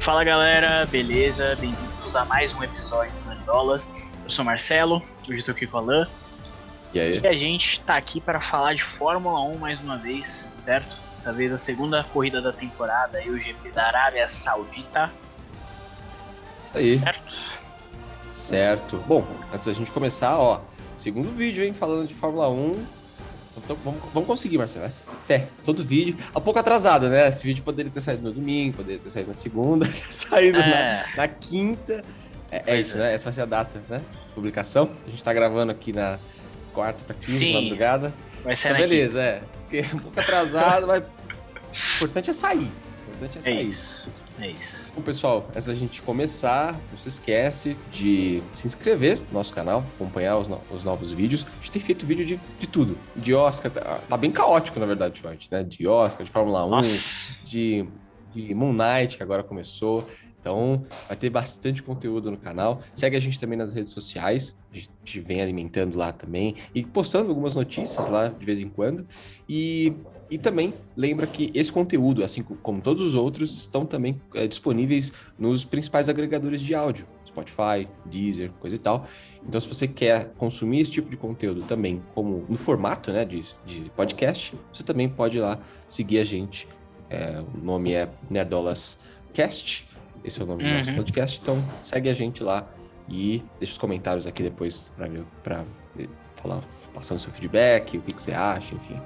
Fala galera, beleza? Bem-vindos a mais um episódio do Nerdolas. Eu sou Marcelo, hoje eu tô aqui com o Alan. E aí? E a gente tá aqui para falar de Fórmula 1 mais uma vez, certo? Dessa vez a segunda corrida da temporada e o GP da Arábia Saudita. Aí. Certo? Bom, antes da gente começar, segundo vídeo, hein, falando de Fórmula 1. Então, vamos conseguir, Marcelo. Fé, todo vídeo. Um pouco atrasado, né? Esse vídeo poderia ter saído no domingo, poderia ter saído na segunda, saído na quinta. É isso, né? Essa vai ser a data, né? Publicação. A gente tá gravando aqui na quarta pra quinta, de madrugada. Vai ser então, beleza, Porque um pouco atrasado, mas o importante é sair. É isso. Bom, pessoal, antes da gente começar, não se esquece de se inscrever no nosso canal, acompanhar os novos vídeos. A gente tem feito vídeo de tudo. De Oscar, tá bem caótico, na verdade, ultimamente, né? De Oscar, de Fórmula 1, de Moon Knight, que agora começou. Então, vai ter bastante conteúdo no canal. Segue a gente também nas redes sociais. A gente vem alimentando lá também e postando algumas notícias lá de vez em quando. E também lembra que esse conteúdo, assim como todos os outros, estão também disponíveis nos principais agregadores de áudio, Spotify, Deezer, coisa e tal. Então, se você quer consumir esse tipo de conteúdo também, como no formato, né, de podcast, você também pode ir lá seguir a gente. O nome é Nerdolas Cast, esse é o nome do nosso podcast. Então, segue a gente lá e deixa os comentários aqui depois para falar, passando seu feedback, o que você acha, enfim.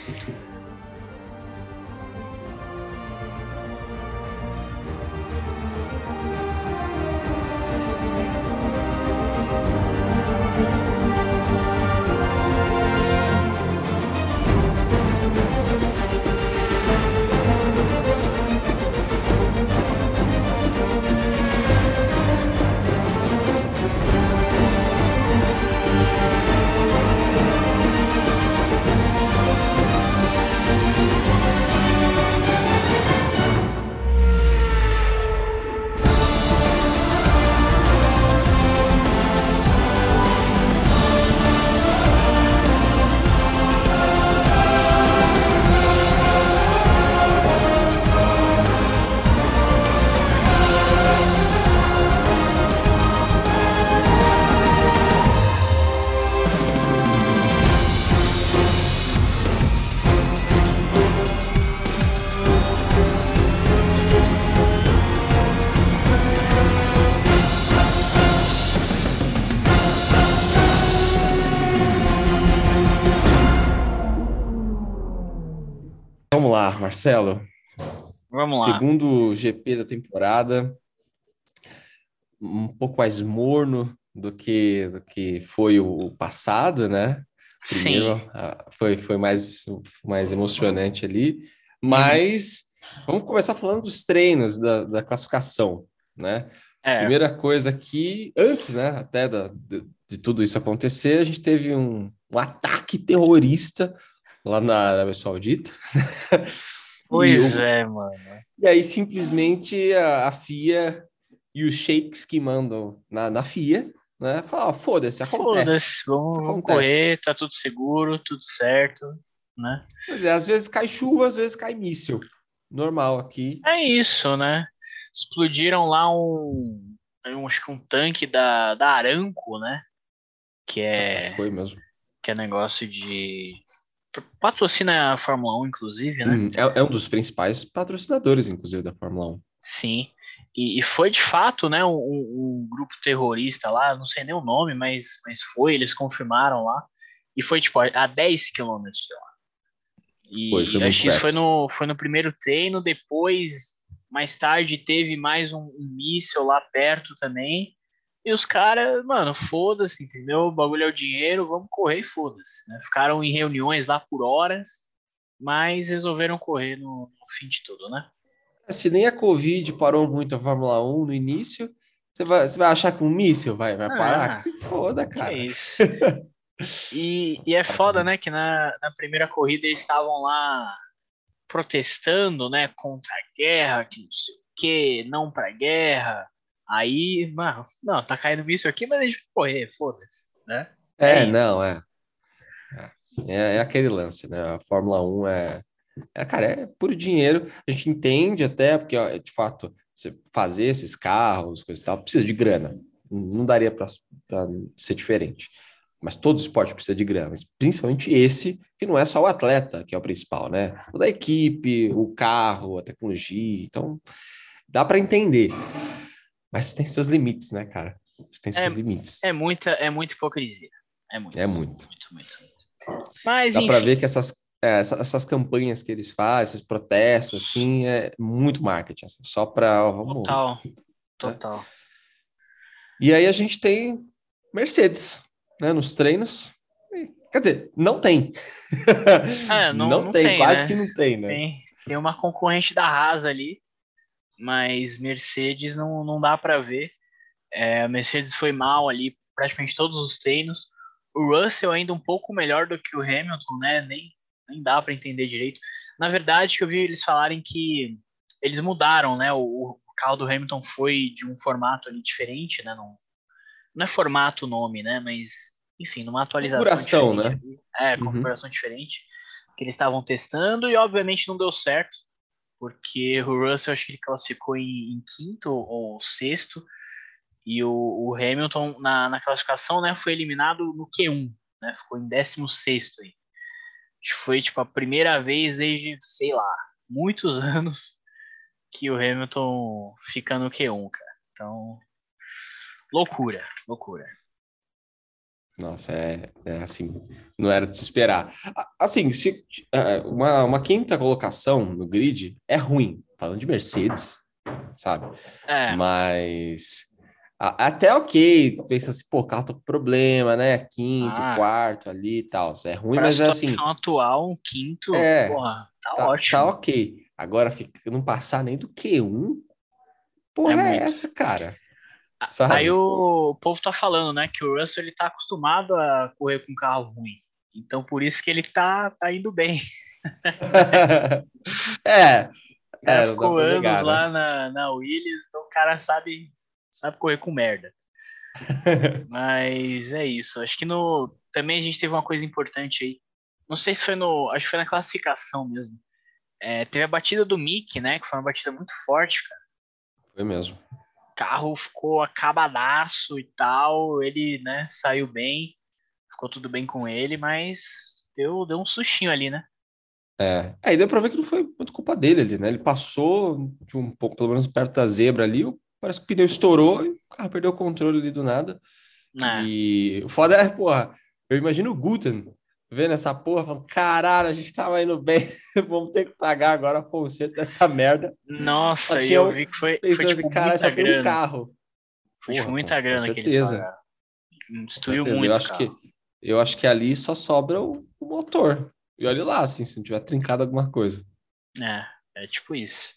Vamos lá, Marcelo. Vamos lá. Segundo GP da temporada, um pouco mais morno do que foi o passado, né? Primeiro foi mais emocionante ali, mas vamos começar falando dos treinos da classificação, né? Primeira coisa aqui, antes, né, até de tudo isso acontecer, a gente teve um ataque terrorista lá na Arábia Saudita. Mano. E aí, simplesmente, a FIA e os sheiks que mandam na FIA, né? Falam, foda-se, acontece. Vamos correr, tá tudo seguro, tudo certo, né? Pois é, às vezes cai chuva, às vezes cai míssil. Normal aqui. É isso, né? Explodiram lá acho que um tanque da Aramco, né? Que Nossa, foi mesmo. Que é negócio de... Patrocina a Fórmula 1, inclusive, né? É um dos principais patrocinadores, inclusive, da Fórmula 1. Sim. E foi, de fato, né, um grupo terrorista lá, não sei nem o nome, mas foi, eles confirmaram lá. E foi, tipo, a 10 quilômetros, sei lá. Foi acho que isso foi no primeiro treino, depois, mais tarde, teve mais um míssil lá perto também. E os caras, mano, foda-se, entendeu? O bagulho é o dinheiro, vamos correr e foda-se, né? Ficaram em reuniões lá por horas, mas resolveram correr no fim de tudo, né? Se nem a Covid parou muito a Fórmula 1 no início, você vai achar que um míssil vai parar? Que se foda, cara. Que é isso. E é foda, né, que na primeira corrida eles estavam lá protestando, né, contra a guerra, que não sei o que, não pra guerra. Aí, mano, não, tá caindo míssil aqui, mas a gente vai correr, foda-se, né? É aquele lance, né? A Fórmula 1 cara, é puro dinheiro. A gente entende até, porque, ó, de fato, você fazer esses carros, coisa e tal, precisa de grana. Não daria para ser diferente. Mas todo esporte precisa de grana, mas principalmente esse, que não é só o atleta, que é o principal, né? Toda a equipe, o carro, a tecnologia. Então, dá para entender. Mas tem seus limites, né, cara? Tem seus limites. É muita hipocrisia. É muito, É muito. muito. Mas, Dá para enfim. ver que essas campanhas que eles fazem, esses protestos, assim, é muito marketing. Assim, só para, vamos, Total, né? total. E aí a gente tem Mercedes, né, nos treinos. Quer dizer, não tem. Não, Não não tem, tem, quase né? que não tem, né? Tem uma concorrente da Haas ali, mas Mercedes não dá para ver. A Mercedes foi mal ali praticamente todos os treinos. O Russell ainda um pouco melhor do que o Hamilton, né? Nem dá para entender direito. Na verdade, que eu vi eles falarem que eles mudaram, né? O carro do Hamilton foi de um formato ali diferente, né? Não é formato o nome, né? Mas, enfim, numa atualização Configuração, diferente né? ali. Uhum. Configuração diferente que eles estavam testando e, obviamente, não deu certo, porque o Russell, acho que ele classificou em quinto ou sexto, e o Hamilton, na classificação, né, foi eliminado no Q1, né? Ficou em 16º aí. Acho que foi, tipo, a primeira vez desde, sei lá, muitos anos que o Hamilton fica no Q1, cara. Então, loucura, loucura. Nossa, assim, não era de se esperar. Assim, uma quinta colocação no grid é ruim, falando de Mercedes, sabe? É, Mas até ok, pensa assim, pô, o carro tá com problema, né? Quinto, ah, quarto ali e tal. É ruim, para a mas é assim, situação atual, um quinto, é, porra, tá tá ótimo. ok. Agora, não passar nem do Q1, É porra é muito. essa, cara? Aí Sabe? o povo tá falando, né, que o Russell ele tá acostumado a correr com carro ruim. Então por isso que ele tá indo bem. É, O cara não dá ficou pra anos negar, né? lá na Williams, então o cara sabe correr com merda. Mas é isso. Acho que também a gente teve uma coisa importante aí. Não sei se foi acho que foi na classificação mesmo. Teve a batida do Mick, né, que foi uma batida muito forte, cara. Foi mesmo. O carro ficou acabadaço e tal, ele, né, saiu bem, ficou tudo bem com ele, mas deu um sustinho ali, né? E deu pra ver que não foi muito culpa dele ali, né? Ele passou de um pouco, pelo menos perto da zebra ali, parece que o pneu estourou e o carro perdeu o controle ali do nada. É. E o foda é, porra, eu imagino o Guten vendo essa porra, falando, caralho, a gente tava indo bem, vamos ter que pagar agora o conserto dessa merda. Só Nossa, e tinha eu um vi que foi pensando assim, tipo caralho, muita só tem um grana. carro. Foi tipo Porra, muita com grana que eles certeza, pagaram. com Destruiu certeza. muito o carro. Eu acho que ali só sobra o motor. E olha lá, assim, se não tiver trincado alguma coisa. É tipo isso.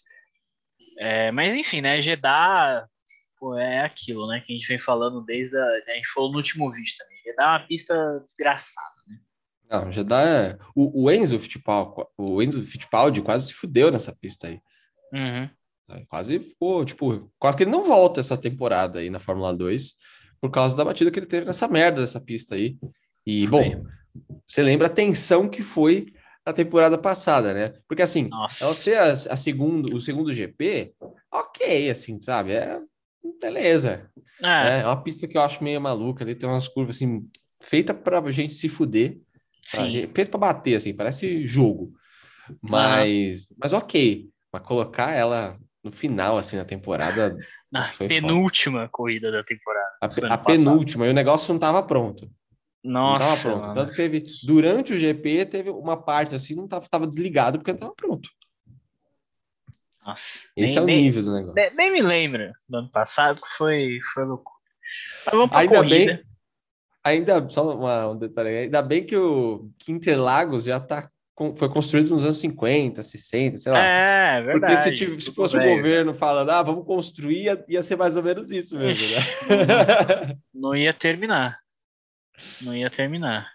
Mas enfim, né? Jeddah, pô, é aquilo, né? Que a gente vem falando desde a gente falou no último vídeo também. Jeddah é uma pista desgraçada. Não, já dá. O Enzo Fittipaldi quase se fudeu nessa pista aí. Uhum. Quase ficou, tipo, quase que ele não volta essa temporada aí na Fórmula 2 por causa da batida que ele teve nessa merda dessa pista aí. E, Foi. bom, você lembra a tensão que foi a temporada passada, né? Porque assim, ela Nossa. ser o segundo GP, ok, assim, sabe? Beleza. É, Né? É uma pista que eu acho meio maluca, ali tem umas curvas assim, feita pra gente se fuder, tá? sim. Feita pra bater, assim, parece jogo. Aham. Mas ok. Mas colocar ela no final, assim, na temporada, Na nossa, foi foda. penúltima corrida da temporada. Foi A ano passado. penúltima, e o negócio não tava pronto. Não tava Nossa, pronto. mano. Tanto que durante o GP, teve uma parte assim, não tava desligado porque não tava pronto. Nossa. Esse é o nível do negócio. Nem me lembro do ano passado, que foi loucura. Mas vamos pra Ainda corrida. bem, só um detalhe, ainda bem que Interlagos já foi construído nos anos 50, 60, sei lá. Porque Verdade. se Tudo fosse o velho já. governo falando, vamos construir, ia ser mais ou menos isso mesmo, né? Ixi, não ia terminar. Não ia terminar.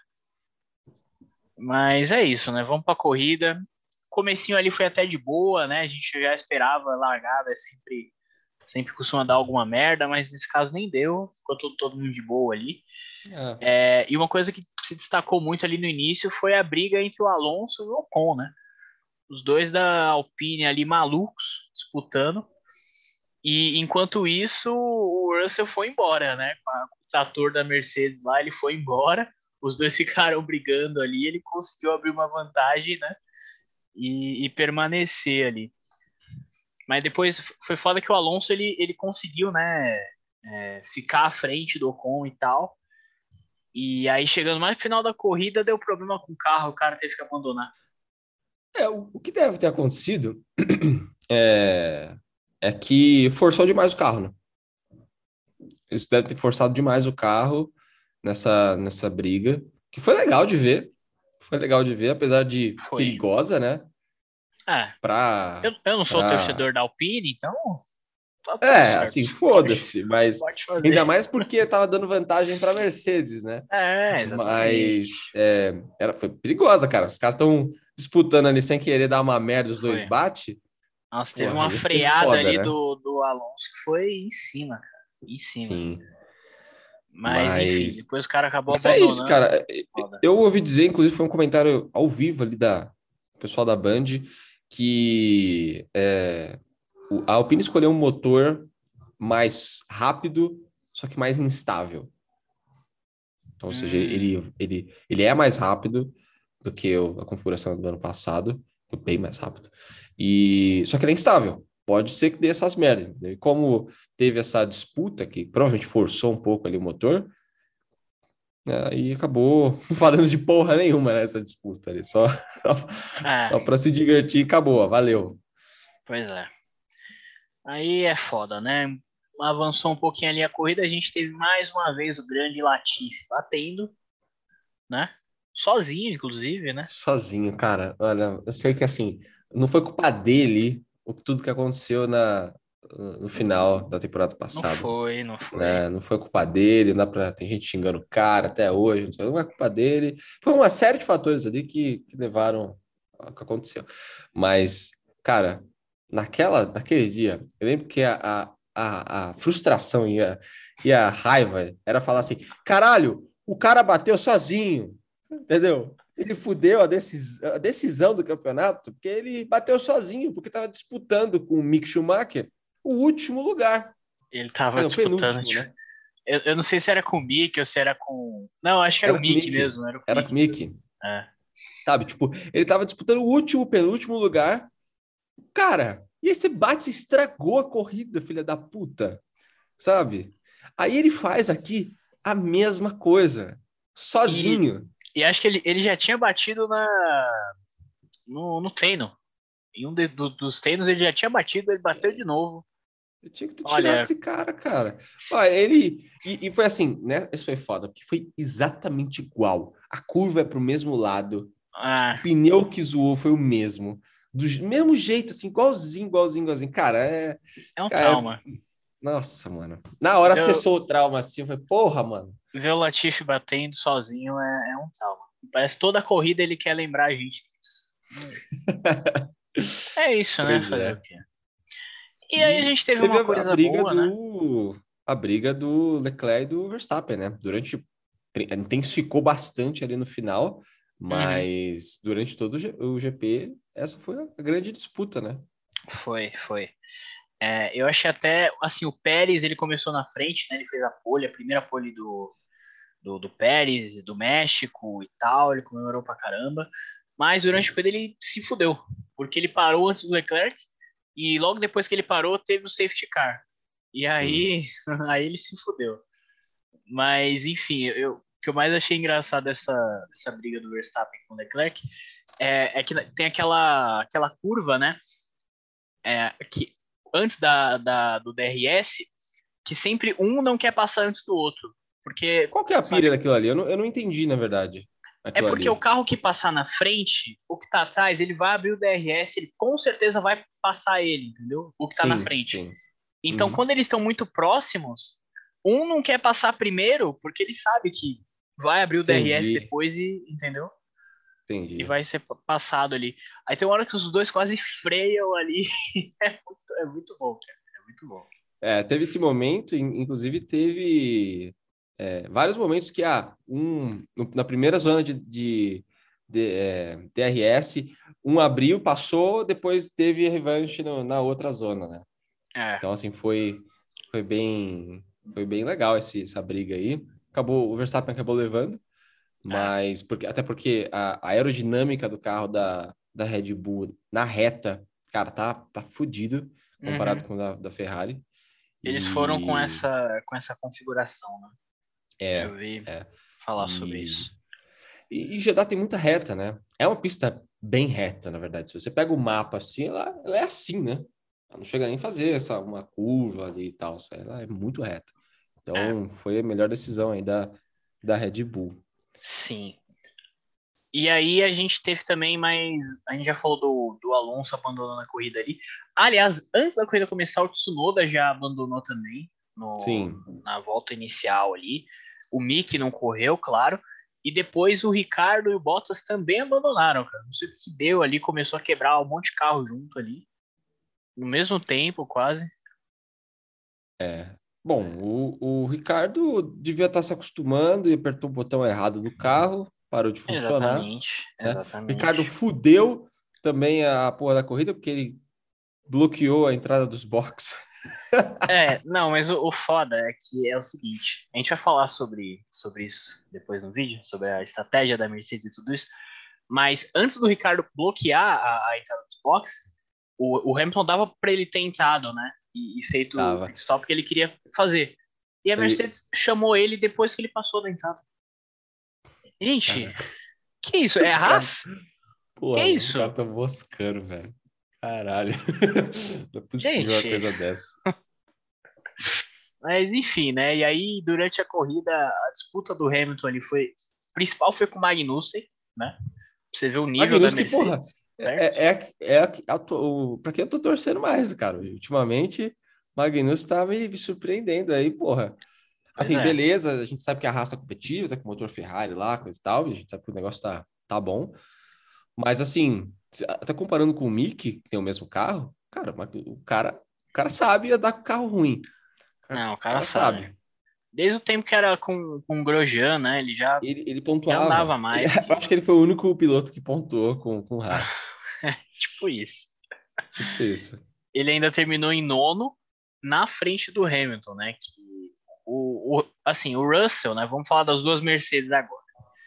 Mas é isso, né? Vamos pra corrida. Comecinho ali foi até de boa, né? A gente já esperava largada, sempre costuma dar alguma merda, mas nesse caso nem deu. Ficou todo mundo de boa ali. Ah, E uma coisa que se destacou muito ali no início foi a briga entre o Alonso e o Ocon, né? Os dois da Alpine ali malucos, disputando. E enquanto isso, o Russell foi embora, né? Com o trator da Mercedes lá, ele foi embora. Os dois ficaram brigando ali, ele conseguiu abrir uma vantagem, né? E permanecer ali. Mas depois foi foda que o Alonso ele conseguiu, né? Ficar à frente do Ocon e tal. E aí, chegando mais no final da corrida, deu problema com o carro, o cara teve que abandonar. O que deve ter acontecido é, é que forçou demais o carro, né? Eles devem ter forçado demais o carro nessa briga, que foi legal de ver. Foi legal de ver, apesar de Foi. perigosa, né? Ah, Pra, eu não sou pra... torcedor da Alpine, então tá tudo É, certo. assim, Pode, foda-se, mas pode ainda fazer. mais porque tava dando vantagem para Mercedes, né? Exatamente. Mas foi perigosa, cara. Os caras estão disputando ali sem querer dar uma merda, os dois Foi. bate. Nossa, teve Porra, uma ia ser freada foda, ali né? do Alonso que foi em cima, cara. Em cima. Sim, Mas enfim, mas depois o cara acabou Mas é isso, abandonando. cara. Foda. Eu ouvi dizer, inclusive, foi um comentário ao vivo ali da pessoal da Band, que a Alpine escolheu um motor mais rápido, só que mais instável. Então, ou seja, Hum, ele é mais rápido do que a configuração do ano passado, bem mais rápido. Só que ele é instável. Pode ser que dê essas merdas. E como teve essa disputa que provavelmente forçou um pouco ali o motor, e acabou não falando de porra nenhuma nessa disputa ali, é, só para se divertir, acabou, valeu. pois é. Aí é foda, né? Avançou um pouquinho ali a corrida, a gente teve mais uma vez o grande Latifi batendo, né? Sozinho, inclusive, né? Sozinho, cara. Olha, eu sei que assim, não foi culpa dele tudo que aconteceu no final da temporada Não passada, foi, não foi. né? Não foi culpa dele, não dá pra, tem gente xingando o cara até hoje, não é culpa dele. Foi uma série de fatores ali que levaram ao que aconteceu. Mas, cara, naquele dia, eu lembro que a frustração e a raiva era falar assim: caralho, o cara bateu sozinho, entendeu? Ele fudeu a decisão do campeonato porque ele bateu sozinho, porque estava disputando com o Mick Schumacher o último lugar. Ele tava Não, disputando. penúltimo, né? Eu não sei se era com o Mick ou se era com. Não, acho que era o Era com o Mick Mick. mesmo, era com o Era com o Mick mesmo. Mick. É. Sabe? Tipo, ele tava disputando o último, penúltimo lugar. Cara, e aí você bate, você estragou a corrida, filha da puta. Sabe? Aí ele faz aqui a mesma coisa. E, Sozinho. e acho que ele já tinha batido no treino. Em dos treinos ele já tinha batido, ele bateu de novo. Eu tinha que ter tirado Olha, esse cara. Ó, ele. E foi assim, né? Isso foi foda, porque foi exatamente igual. A curva é pro mesmo lado. O ah, pneu que zoou foi o mesmo. Do mesmo jeito, assim, igualzinho. Cara, é um Cara, trauma. nossa, mano. Na hora Ver, acessou o trauma assim, eu falei, porra, mano. ver o Latifi batendo sozinho é um trauma. Parece que toda corrida ele quer lembrar a gente disso. É isso, né? Pois Fazer o é. quê? E aí a E gente teve teve uma a coisa briga boa, né? do Leclerc e do Verstappen, né? Intensificou bastante ali no final, Uhum. mas durante todo o GP, essa foi a grande disputa, né? Foi. Eu achei até, assim, o Pérez, ele começou na frente, né? Ele fez a pole, a primeira pole do Pérez, do México e tal, ele comemorou pra caramba. Mas durante a corrida ele se fudeu, porque ele parou antes do Leclerc e logo depois que ele parou teve o safety car. E Sim. aí, aí ele se fudeu. Mas enfim, o que eu mais achei engraçado dessa briga do Verstappen com o Leclerc é que tem aquela curva, né? Que antes do DRS, que sempre um não quer passar antes do outro. Porque, Qual que é a pira sabe, daquilo ali? Eu não entendi, na verdade, é aquilo porque o ali. carro que passar na frente, o que tá atrás, ele vai abrir o DRS, ele com certeza vai passar ele, entendeu? O que tá na Sim, frente. sim. Então, Uhum. quando eles estão muito próximos, um não quer passar primeiro, porque ele sabe que vai abrir o DRS Entendi, depois e, entendeu? E entendi. vai ser passado ali. Aí tem uma hora que os dois quase freiam ali. É muito bom, cara. É muito bom. Teve esse momento, inclusive teve vários momentos que na primeira zona de DRS, um abriu, passou, depois teve revanche na outra zona, né? É, Então, assim, foi bem legal essa briga aí. O Verstappen acabou levando, é. mas até porque a aerodinâmica do carro da Red Bull na reta, cara, tá fudido comparado Uhum. com o da Ferrari. Eles foram com E essa configuração, né? é, Eu vi é. falar sobre E, isso. e Jeddah tem muita reta, né? É uma pista bem reta, na verdade. Se você pega o mapa assim, ela é assim, né? Ela não chega nem a fazer uma curva ali e tal. Ela é muito reta. É, Então, foi a melhor decisão aí da Red Bull. sim. E aí a gente teve também mais. A gente já falou do Alonso abandonando a corrida ali. Aliás, antes da corrida começar, o Tsunoda já abandonou também Sim, na volta inicial ali. O Mick não correu, claro. E depois o Ricardo e o Bottas também abandonaram, cara. Não sei o que deu ali, começou a quebrar um monte de carro junto ali. No mesmo tempo, quase. é. Bom, o Ricardo devia estar se acostumando e apertou o botão errado do carro, parou de funcionar, Exatamente, né? O Ricardo exatamente. fudeu também a porra da corrida, porque ele bloqueou a entrada dos boxes. É, não, mas o foda é que é o seguinte, a gente vai falar sobre isso depois no vídeo, sobre a estratégia da Mercedes e tudo isso, mas antes do Ricardo bloquear a entrada dos boxes, o Hamilton dava para ele ter entrado, né, e feito o Tava. pit stop que ele queria fazer. E a Ele, Mercedes chamou ele depois que ele passou da entrada. cara, Gente, que isso? É os a caras, Haas? Que porra, os caras isso? estão moscando, velho. Caralho. Não é possível uma Gente, coisa dessa. mas enfim, né? E aí, durante a corrida, a disputa do Hamilton ali foi. A principal foi com o Magnussen, né? Pra você ver o nível da Magnus, que porra, Mercedes, certo? pra quem eu tô torcendo mais, cara. Ultimamente, Magnus tá me surpreendendo aí, porra. Pois Assim, é, beleza, a gente sabe que a Haas tá competitiva, tá com o motor Ferrari lá, coisa e tal, e a gente sabe que o negócio tá bom. Mas assim, até comparando com o Mick, que tem o mesmo carro, cara, o cara sabe andar com carro ruim. não, o O cara cara sabe. sabe. Desde o tempo que era com o Grosjean, né? Ele Ele já pontuava. andava mais Eu que. acho que ele foi o único piloto que pontuou com o Haas. Tipo isso. Tipo isso. Ele ainda terminou em nono, na frente do Hamilton, né? Que assim, o Russell, né? Vamos falar das duas Mercedes agora.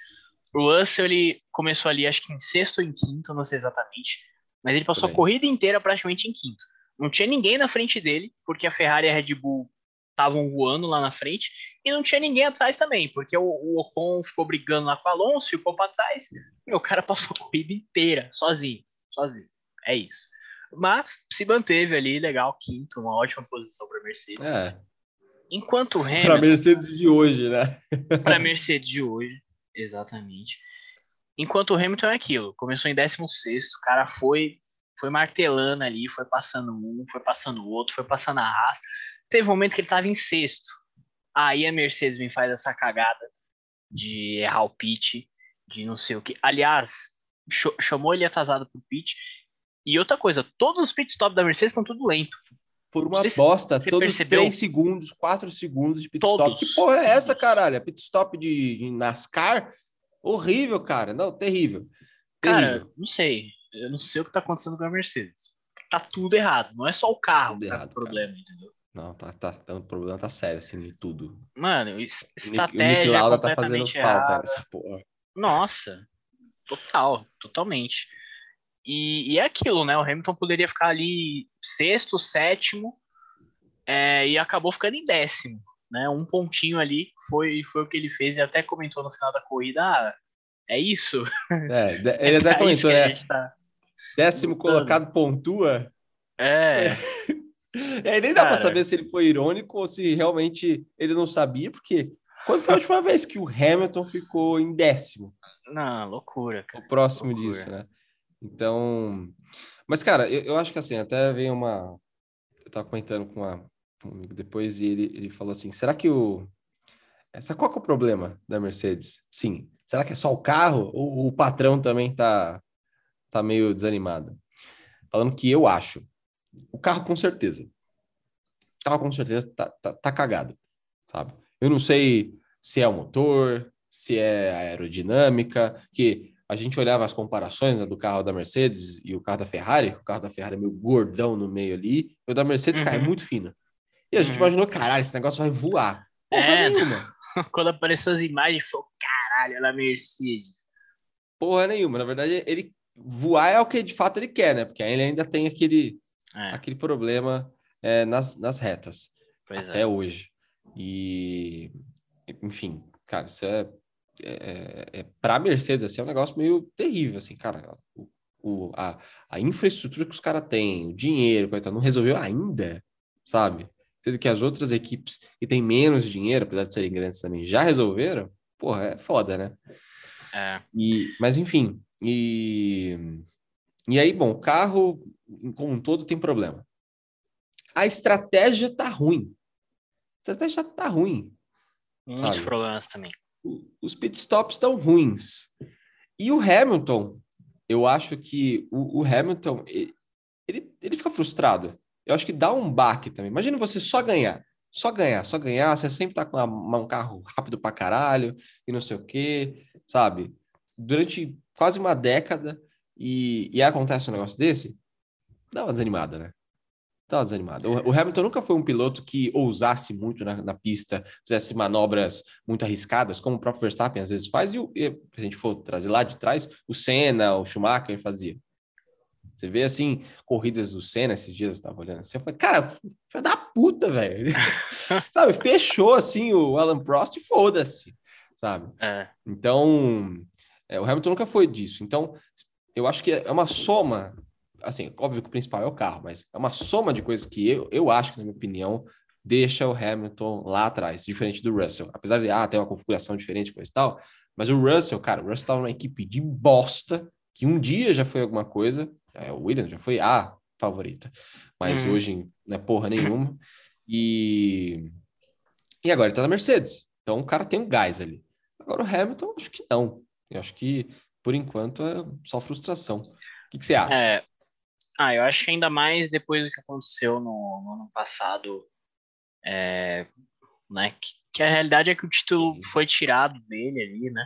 O Russell, ele começou ali, acho que em sexto ou em quinto, não sei exatamente, mas ele Por passou a aí. corrida inteira praticamente em quinto. Não tinha ninguém na frente dele, porque a Ferrari e a Red Bull estavam voando lá na frente, e não tinha ninguém atrás também, porque o Ocon ficou brigando lá com o Alonso, ficou para trás, e o cara passou a corrida inteira, sozinho, sozinho. É isso. Mas se manteve ali, legal, quinto, uma ótima posição para Mercedes. É, Enquanto o para Hamilton, Mercedes de hoje, né? para Mercedes de hoje, exatamente. Enquanto o Hamilton é aquilo, começou em 16º, o cara foi martelando ali, foi passando um, foi passando o outro, foi passando a Haas. Teve um momento que ele estava em sexto. Aí a Mercedes me faz essa cagada de errar o pit, de não sei o que. Aliás, chamou ele atrasado pro pit. E outra coisa, todos os pit stops da Mercedes estão tudo lento. Por Não uma sei se bosta, você todos 3 percebeu, segundos, 4 segundos de pit stop. Que todos, porra é essa, todos. caralho? É pit stop de NASCAR? Horrível, cara. Não, terrível. Cara, Terrível. não sei. Eu não sei o que tá acontecendo com a Mercedes. Tá tudo errado. Não é só o carro Tudo que tá com errado, cara. problema, entendeu? Não, o problema tá sério, assim, em tudo. Mano, O Nick estratégia Lauda tá fazendo completamente falta aí errada. nessa porra. Nossa, total, totalmente. E é aquilo, né? O Hamilton poderia ficar ali sexto, sétimo, e acabou ficando em décimo, né? Um pontinho ali foi o que ele fez e até comentou no final da corrida: é isso? É, É ele até pra isso comentou, que a né? gente tá Décimo lutando? colocado pontua. É, E aí nem dá pra cara, saber se ele foi irônico ou se realmente ele não sabia, porque quando foi a última vez que o Hamilton ficou em décimo, não, loucura, ou cara, próximo disso, loucura. né? Então, mas cara, eu acho que assim, até veio eu tava comentando com um amigo depois e ele falou assim, será que qual que é o problema da Mercedes? Sim, será que é só o carro ou o patrão também tá meio desanimado? Falando que eu acho, o carro com certeza. O carro com certeza tá cagado, sabe? Eu não sei se é o motor, se é a aerodinâmica, que a gente olhava as comparações, né, do carro da Mercedes e o carro da Ferrari. O carro da Ferrari é meio gordão no meio ali. E o da Mercedes, cara, é Uhum, muito fino. E a gente uhum. imaginou, caralho, esse negócio vai voar. Porra É, nenhuma. quando apareceu as imagens, falou, caralho, ela é Mercedes. Porra nenhuma. Na verdade, ele voar é o que de fato ele quer, né? Porque aí ele ainda tem É, aquele problema nas retas. pois Até é. hoje. E, enfim, cara, isso para a Mercedes assim, é um negócio meio terrível, assim, cara. A infraestrutura que os caras têm, o dinheiro, coisa e tal, não resolveu ainda, sabe? Sendo que as outras equipes que têm menos dinheiro, apesar de serem grandes também, já resolveram, porra, é foda, né? É. Mas enfim, e aí, bom, o carro como um todo tem problema. A estratégia tá ruim. A estratégia tá ruim, Muitos sabe? problemas também. Os pitstops estão ruins. E o Hamilton, eu acho que o Hamilton, ele fica frustrado. Eu acho que dá um baque também. Imagina você só ganhar. Só ganhar, só ganhar. Você sempre tá com um carro rápido pra caralho e não sei o quê, sabe? Durante quase uma década e acontece um negócio desse, dá uma desanimada, né? Tá desanimado. O Hamilton nunca foi um piloto que ousasse muito na pista, fizesse manobras muito arriscadas, como o próprio Verstappen às vezes faz, e se a gente for trazer lá de trás, o Senna, o Schumacher fazia. Você vê, assim, corridas do Senna, esses dias eu estava olhando assim, eu falei, cara, filho da puta, velho. Sabe, fechou, assim, o Alan Prost e foda-se, sabe? É. Então, o Hamilton nunca foi disso. Então, eu acho que é uma soma, assim, óbvio que o principal é o carro, mas é uma soma de coisas que eu acho que, na minha opinião, deixa o Hamilton lá atrás, diferente do Russell. Apesar de, ter uma configuração diferente, coisa e tal, mas o Russell, cara, o Russell estava numa equipe de bosta, que um dia já foi alguma coisa, o Williams já foi a favorita, mas Uhum. hoje não é porra nenhuma, e, e agora ele tá na Mercedes, então o cara tem um gás ali. Agora o Hamilton, acho que não. Eu acho que, por enquanto, é só frustração. O que você acha? É. Eu acho que ainda mais depois do que aconteceu no ano passado, né? Que a realidade é que o título Sim. foi tirado dele ali, né?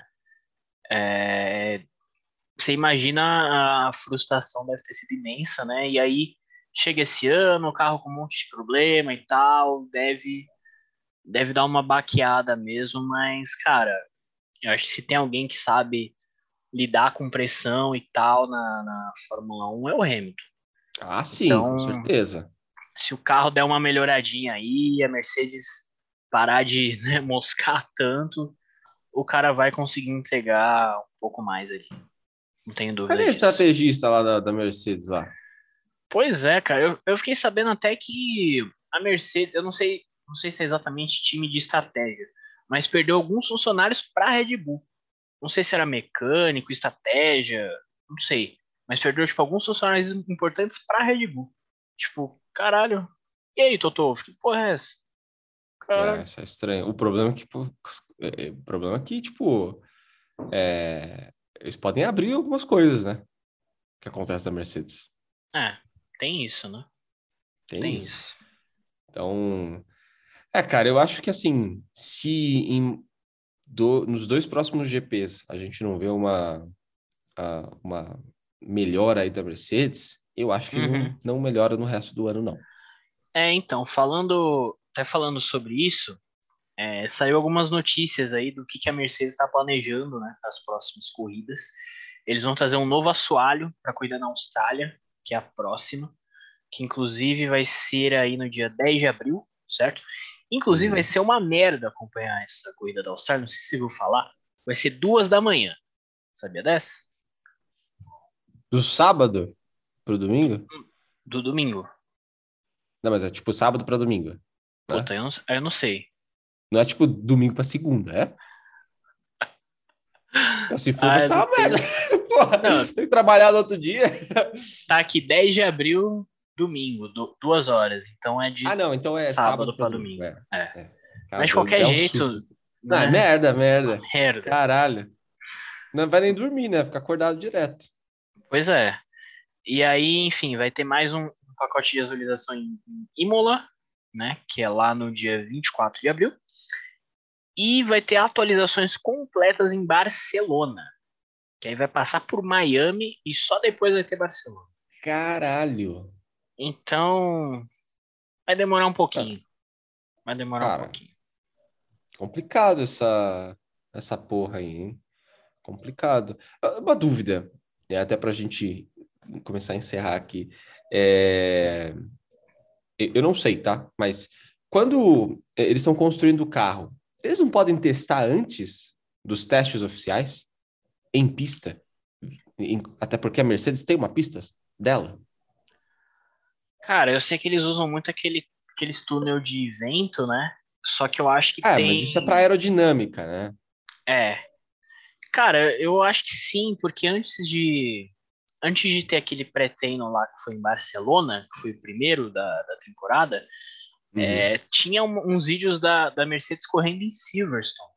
Você imagina a frustração deve ter sido imensa, né? E aí chega esse ano, o carro com um monte de problema e tal, deve dar uma baqueada mesmo, mas, cara, eu acho que se tem alguém que sabe lidar com pressão e tal na Fórmula 1 é o Hamilton. Ah, sim, com Então, certeza. se o carro der uma melhoradinha aí, a Mercedes parar de, né, moscar tanto, o cara vai conseguir entregar um pouco mais ali. Não tenho Cadê dúvida a disso. estrategista lá da Mercedes lá? Pois é, cara, eu fiquei sabendo até que a Mercedes, eu não sei se é exatamente time de estratégia, mas perdeu alguns funcionários para a Red Bull. Não sei se era mecânico, estratégia, não sei. Mas perdeu, tipo, alguns funcionários importantes para a Red Bull. Tipo, caralho. E aí, Totô? Que porra é essa? Caralho. Isso é estranho. O problema é que, pô, o problema é que, tipo, eles podem abrir algumas coisas, né? Que acontece da Mercedes. É, tem isso, né? Tem Tem isso. isso. Então, cara, eu acho que assim, se nos dois próximos GPs a gente não vê uma melhora aí da Mercedes, eu acho que Uhum. não melhora no resto do ano, não. Então, até falando sobre isso, saiu algumas notícias aí do que a Mercedes está planejando, né, para as próximas corridas. Eles vão trazer um novo assoalho para corrida na Austrália, que é a próxima, que inclusive vai ser aí no dia 10 de abril, certo? Inclusive vai Uhum. ser uma merda acompanhar essa corrida da Austrália, não sei se você viu falar, vai ser 2 da manhã, sabia dessa? Do sábado pro domingo? Do domingo. Não, mas é tipo sábado para domingo, né? Puta, eu não sei. Não é tipo domingo para segunda, é? Então, se for, vai Ah, eu ser não uma merda. tenho. Porra, Não, tem que trabalhar no outro dia. tá aqui 10 de abril, domingo, 2 horas. Então é Ah, de não, então é sábado sábado para para domingo. domingo. É. É. Cara, Mas de qualquer é um jeito, susto. Não, é né? merda, merda. Merda. Caralho. Não vai nem dormir, né? Fica acordado direto. Pois é. E aí, enfim, vai ter mais um pacote de atualização em Imola, né? Que é lá no dia 24 de abril. E vai ter atualizações completas em Barcelona, Que aí vai passar por Miami e só depois vai ter Barcelona. Caralho. Então, vai demorar um Ah, pouquinho. Vai demorar um cara, pouquinho. complicado essa porra aí, hein? Complicado. Uma dúvida, até pra gente começar a encerrar aqui. É, eu não sei, tá? Mas quando eles estão construindo o carro, eles não podem testar antes dos testes oficiais em pista? Até porque a Mercedes tem uma pista dela. Cara, eu sei que eles usam muito aqueles túnel de vento, né? Só que eu acho que Ah, mas isso é para tem. aerodinâmica, né? É. Cara, eu acho que sim, porque antes de ter aquele pré-treino lá que foi em Barcelona, que foi o primeiro da temporada, Uhum. tinha uns vídeos da Mercedes correndo em Silverstone.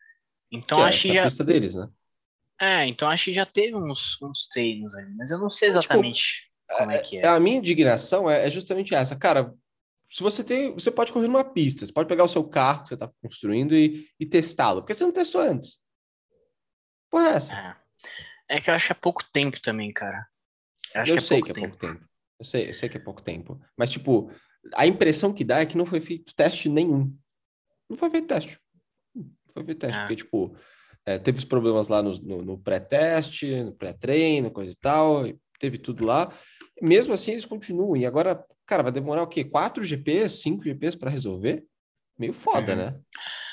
Que Então é, acho que que é a já, pista deles, né? então acho que já teve uns treinos ali, mas eu não sei Mas, tipo, exatamente como é que é. a minha indignação é justamente essa. Cara, se você tem, você pode correr numa pista, você pode pegar o seu carro que você está construindo e testá-lo. Porque você não testou antes. Porra, é essa? É. É que eu acho que é pouco tempo também, cara. Eu acho Eu que é sei pouco que é pouco tempo. tempo. Eu sei que é pouco tempo. Mas, tipo, a impressão que dá é que não foi feito teste nenhum. Não foi feito teste. Não foi feito teste. É. Porque, tipo, teve os problemas lá no pré-teste, no pré-treino, coisa e tal. E teve tudo lá. Mesmo assim, eles continuam. E agora, cara, vai demorar o quê? 4 GPs, 5 GPs para resolver? Meio foda, Uhum. né?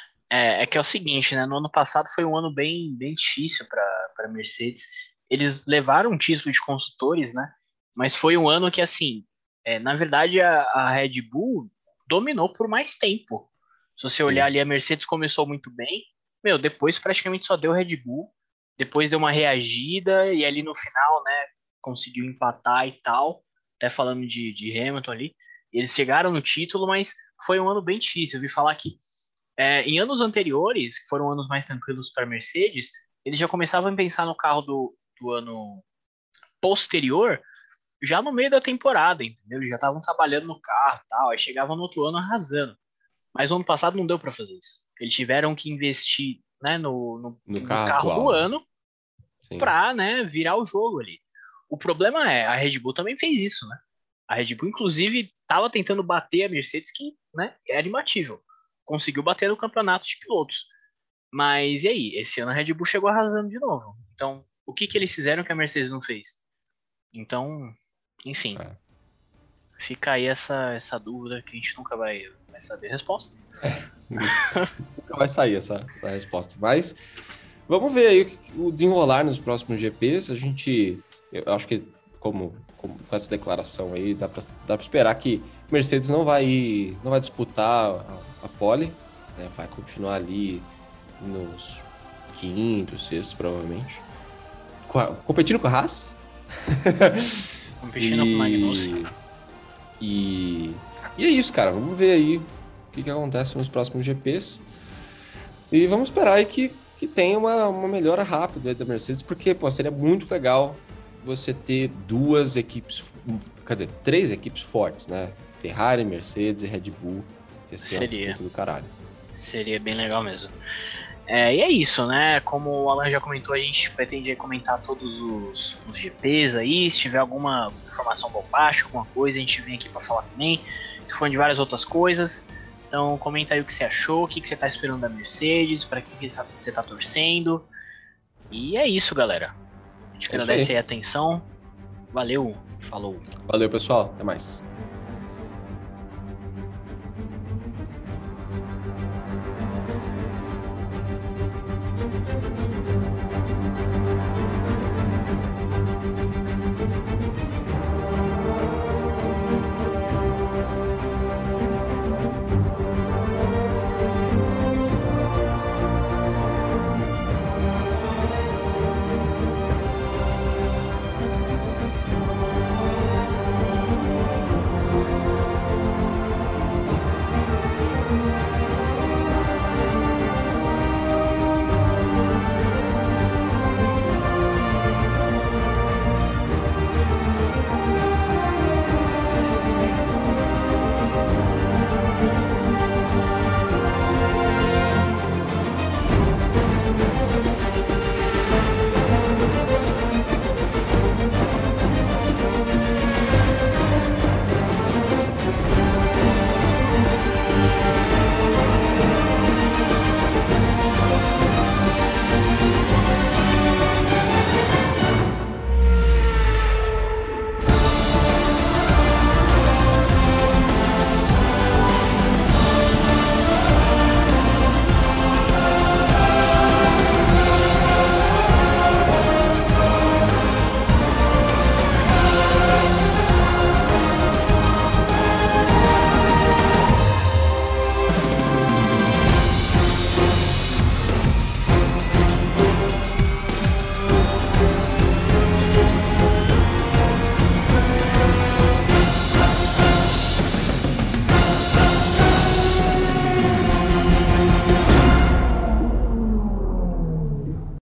É que é o seguinte, né? No ano passado foi um ano bem difícil para Mercedes. Eles levaram um título de construtores, né? Mas foi um ano que, assim, na verdade, a Red Bull dominou por mais tempo. Se você olhar Sim. ali, a Mercedes começou muito bem. Meu, depois praticamente só deu Red Bull. Depois deu uma reagida e ali no final, né? Conseguiu empatar e tal. Até falando de Hamilton ali. Eles chegaram no título, mas foi um ano bem difícil. Eu vi falar que em anos anteriores, que foram anos mais tranquilos para a Mercedes, eles já começavam a pensar no carro do ano posterior, já no meio da temporada, entendeu? Eles já estavam trabalhando no carro e tal, aí chegavam no outro ano arrasando. Mas no ano passado não deu para fazer isso. Eles tiveram que investir, né, No no carro carro do atual, né? ano Sim. para, né, virar o jogo ali. O problema é, a Red Bull também fez isso, né? A Red Bull, inclusive, estava tentando bater a Mercedes, que, né, era imbatível. Conseguiu bater no campeonato de pilotos. Mas e aí? Esse ano a Red Bull chegou arrasando de novo. Então, o que que eles fizeram que a Mercedes não fez? Então, enfim, É. fica aí essa dúvida que a gente nunca vai saber a resposta. Nunca vai sair essa resposta. Mas vamos ver aí o desenrolar nos próximos GPs. Eu acho que com essa declaração aí, dá pra esperar que Mercedes não vai disputar a pole, né? Vai continuar ali nos quintos, sextos, provavelmente. Competindo com a Haas. Competindo com o Magnussen. E, e, e é isso, cara. Vamos ver aí o que acontece nos próximos GPs. E vamos esperar aí que tenha uma melhora rápida aí da Mercedes, porque, pô, seria muito legal você ter duas equipes, quer dizer, três equipes fortes, né? Ferrari, Mercedes e Red Bull. Ia ser uma Seria. disputa do caralho. Seria bem legal mesmo. E é isso, né? Como o Alan já comentou, a gente pretende comentar todos os GPs aí. Se tiver alguma informação bombástica, alguma coisa, a gente vem aqui para falar também. Tô falando de várias outras coisas. Então comenta aí o que você achou, o que você tá esperando da Mercedes, para que você tá torcendo. E é isso, galera. A gente É isso agradece aí. aí a atenção. Valeu, falou. Valeu, pessoal. Até mais.